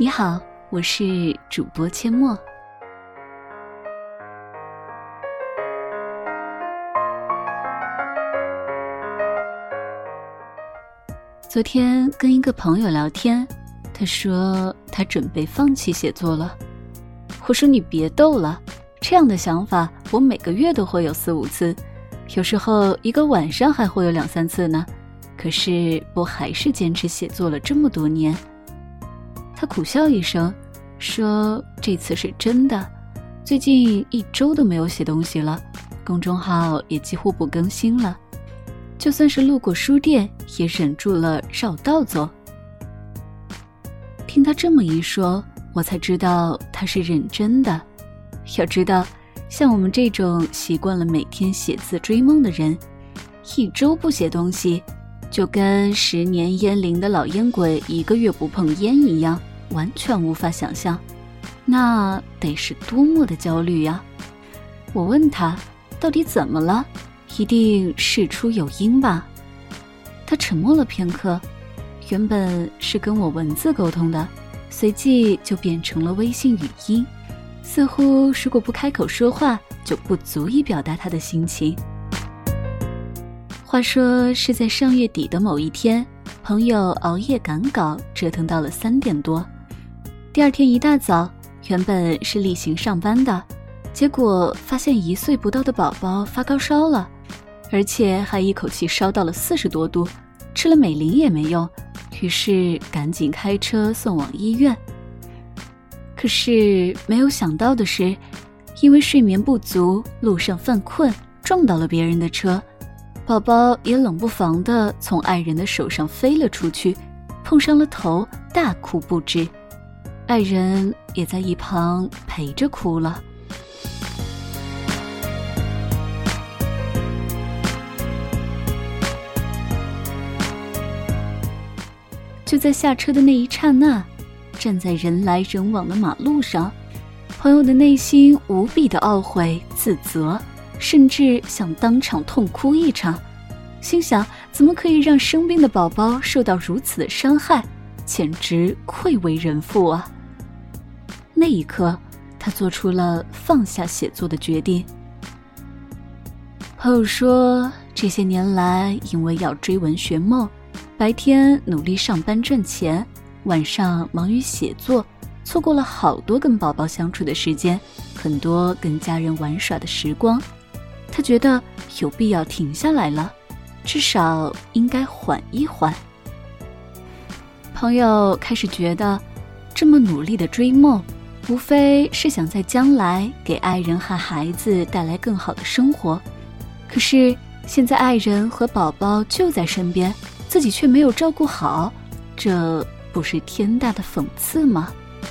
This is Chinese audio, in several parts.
你好，我是主播阡陌。昨天跟一个朋友聊天，他说他准备放弃写作了。我说你别逗了，这样的想法我每个月都会有4、5次，有时候一个晚上还会有2、3次呢。可是我还是坚持写作了这么多年。他苦笑一声，说这次是真的，最近1周都没有写东西了，公众号也几乎不更新了，就算是路过书店也忍住了绕道走。听他这么一说，我才知道他是认真的。要知道，像我们这种习惯了每天写字追梦的人，1周不写东西就跟10年烟龄的老烟鬼1个月不碰烟一样，完全无法想象，那得是多么的焦虑呀！我问他到底怎么了，一定事出有因吧。他沉默了片刻，原本是跟我文字沟通的，随即就变成了微信语音，似乎如果不开口说话就不足以表达他的心情。话说是在上月底的某一天，朋友熬夜赶稿，折腾到了3点多。第二天一大早，原本是例行上班的，结果发现1岁不到的宝宝发高烧了，而且还一口气烧到了40多度，吃了美林也没用，于是赶紧开车送往医院。可是没有想到的是，因为睡眠不足，路上犯困，撞到了别人的车，宝宝也冷不防地从爱人的手上飞了出去，碰伤了头，大哭不止。爱人也在一旁陪着哭了。就在下车的那一刹那，站在人来人往的马路上，朋友的内心无比的懊悔、自责，甚至想当场痛哭一场，心想怎么可以让生病的宝宝受到如此的伤害，简直愧为人父啊！那一刻，他做出了放下写作的决定。朋友说，这些年来因为要追文学梦，白天努力上班赚钱，晚上忙于写作，错过了好多跟宝宝相处的时间，很多跟家人玩耍的时光。他觉得有必要停下来了，至少应该缓一缓。朋友开始觉得，这么努力的追梦，无非是想在将来给爱人和孩子带来更好的生活。可是现在爱人和宝宝就在身边，自己却没有照顾好，这不是天大的讽刺吗？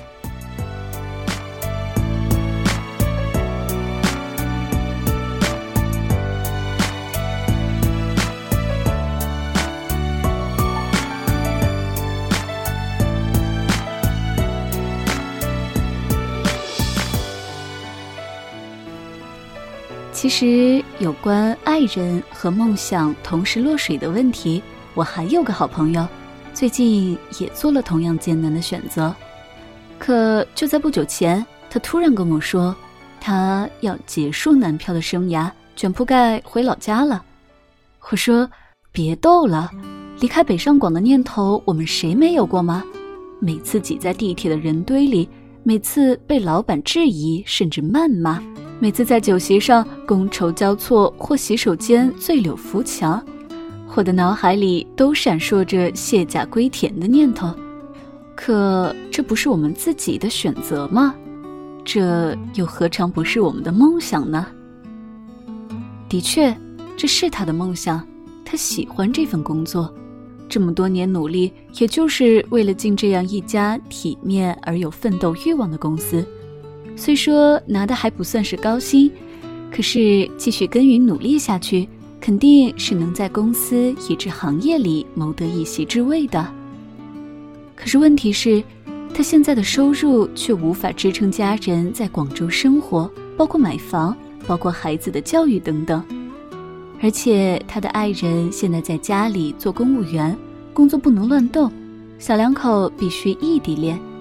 其实有关爱人和梦想同时落水的问题，我还有个好朋友，最近也做了同样艰难的选择。可就在不久前，他突然跟我说，他要结束南漂的生涯，卷铺盖回老家了。我说别逗了，离开北上广的念头我们谁没有过吗？每次挤在地铁的人堆里，每次被老板质疑甚至谩骂，每次在酒席上觥筹交错或洗手间醉柳扶墙，我的脑海里都闪烁着卸甲归田的念头。可这不是我们自己的选择吗？这又何尝不是我们的梦想呢？的确，这是他的梦想，他喜欢这份工作，这么多年努力，也就是为了进这样一家体面而有奋斗欲望的公司。虽说拿的还不算是高薪，可是继续耕耘努力下去，肯定是能在公司以至行业里谋得一席之位的。可是问题是，他现在的收入却无法支撑家人在广州生活，包括买房，包括孩子的教育等等。而且他的爱人现在在家里做公务员，工作不能乱动，小两口必须异地恋。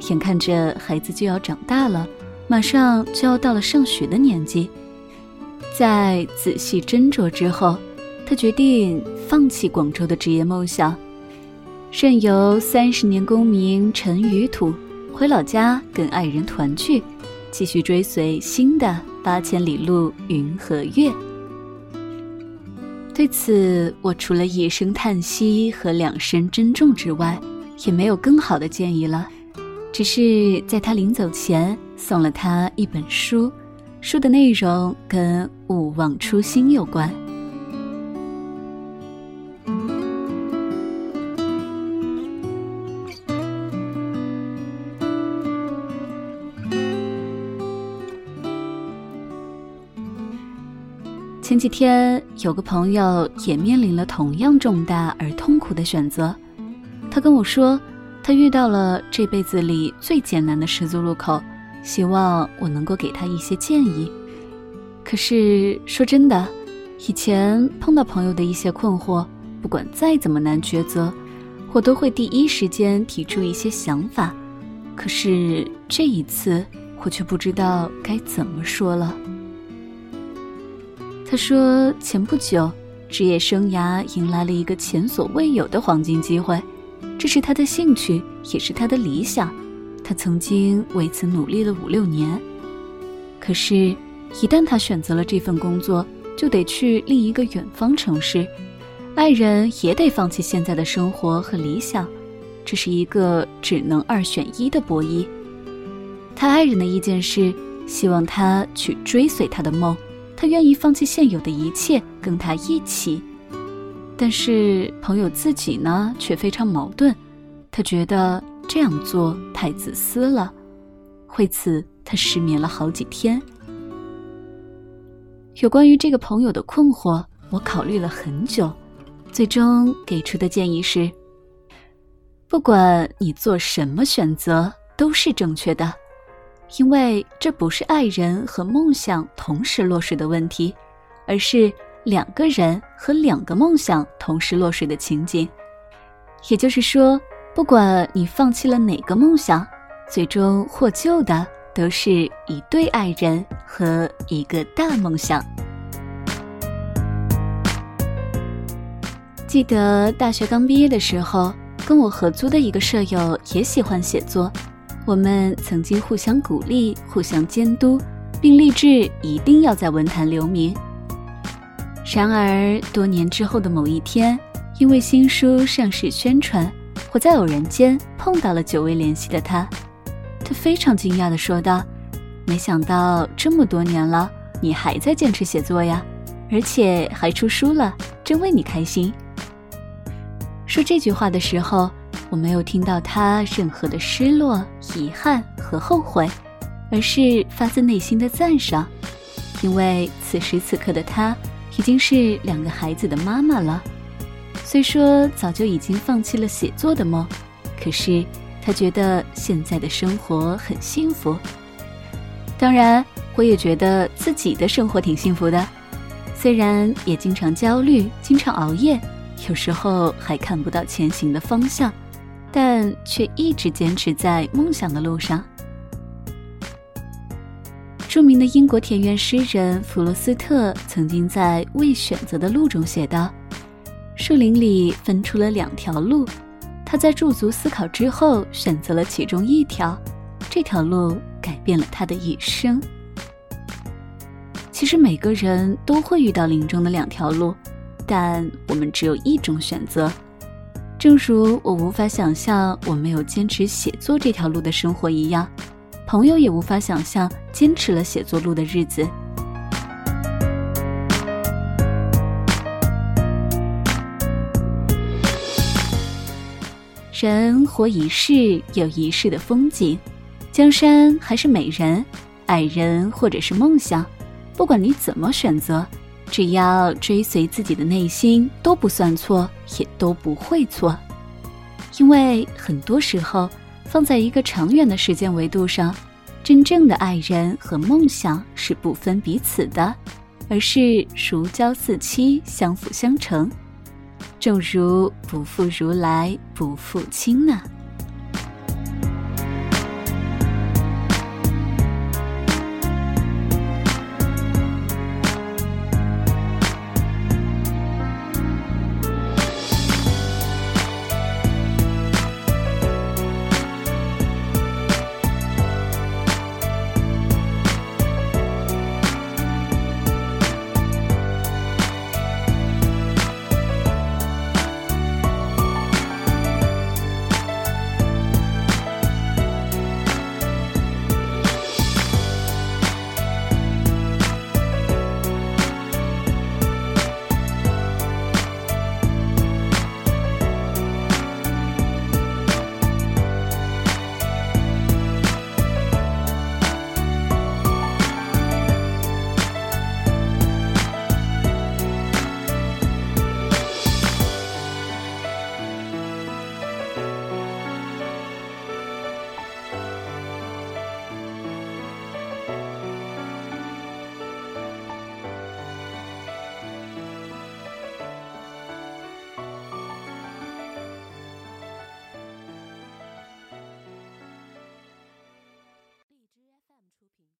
眼看着孩子就要长大了，马上就要到了上学的年纪。在仔细斟酌之后，他决定放弃广州的职业梦想，任由30年功名尘与土，回老家跟爱人团聚，继续追随新的8000里路云和月。对此，我除了一声叹息和2声珍重之外，也没有更好的建议了。只是在他临走前送了他一本书，书的内容跟勿忘初心有关。前几天有个朋友也面临了同样重大而痛苦的选择，他跟我说他遇到了这辈子里最艰难的十字路口，希望我能够给他一些建议。可是说真的，以前碰到朋友的一些困惑，不管再怎么难抉择，我都会第一时间提出一些想法，可是这一次我却不知道该怎么说了。他说前不久职业生涯迎来了一个前所未有的黄金机会，这是他的兴趣，也是他的理想，他曾经为此努力了5-6年。可是一旦他选择了这份工作，就得去另一个远方城市，爱人也得放弃现在的生活和理想，这是一个只能2选1的博弈。他爱人的意见是希望他去追随他的梦，他愿意放弃现有的一切跟他一起。但是朋友自己呢，却非常矛盾，他觉得这样做太自私了，为此他失眠了好几天。有关于这个朋友的困惑，我考虑了很久，最终给出的建议是，不管你做什么选择都是正确的，因为这不是爱人和梦想同时落水的问题，而是2个人和2个梦想同时落水的情景。也就是说，不管你放弃了哪个梦想，最终获救的都是一对爱人和一个大梦想。记得大学刚毕业的时候，跟我合租的一个舍友也喜欢写作，我们曾经互相鼓励，互相监督，并立志一定要在文坛留名。然而多年之后的某一天，因为新书上市宣传，我在偶然间碰到了久未联系的他。他非常惊讶地说道，没想到这么多年了，你还在坚持写作呀，而且还出书了，真为你开心。说这句话的时候，我没有听到他任何的失落、遗憾和后悔，而是发自内心的赞赏。因为此时此刻的他已经是2个孩子的妈妈了，虽说早就已经放弃了写作的梦，可是他觉得现在的生活很幸福。当然，我也觉得自己的生活挺幸福的，虽然也经常焦虑，经常熬夜，有时候还看不到前行的方向，但却一直坚持在梦想的路上。著名的英国田园诗人弗罗斯特曾经在《未选择的路》中写道，树林里分出了2条路，他在驻足思考之后选择了其中一条，这条路改变了他的一生。其实每个人都会遇到林中的2条路，但我们只有一种选择。正如我无法想象我没有坚持写作这条路的生活一样，朋友也无法想象坚持了写作路的日子。人活一世，有一世的风景，江山还是美人，爱人或者是梦想，不管你怎么选择，只要追随自己的内心，都不算错，也都不会错。因为很多时候，放在一个长远的时间维度上，真正的爱人和梦想是不分彼此的，而是如胶似漆，相辅相成。正如不负如来不负卿呢。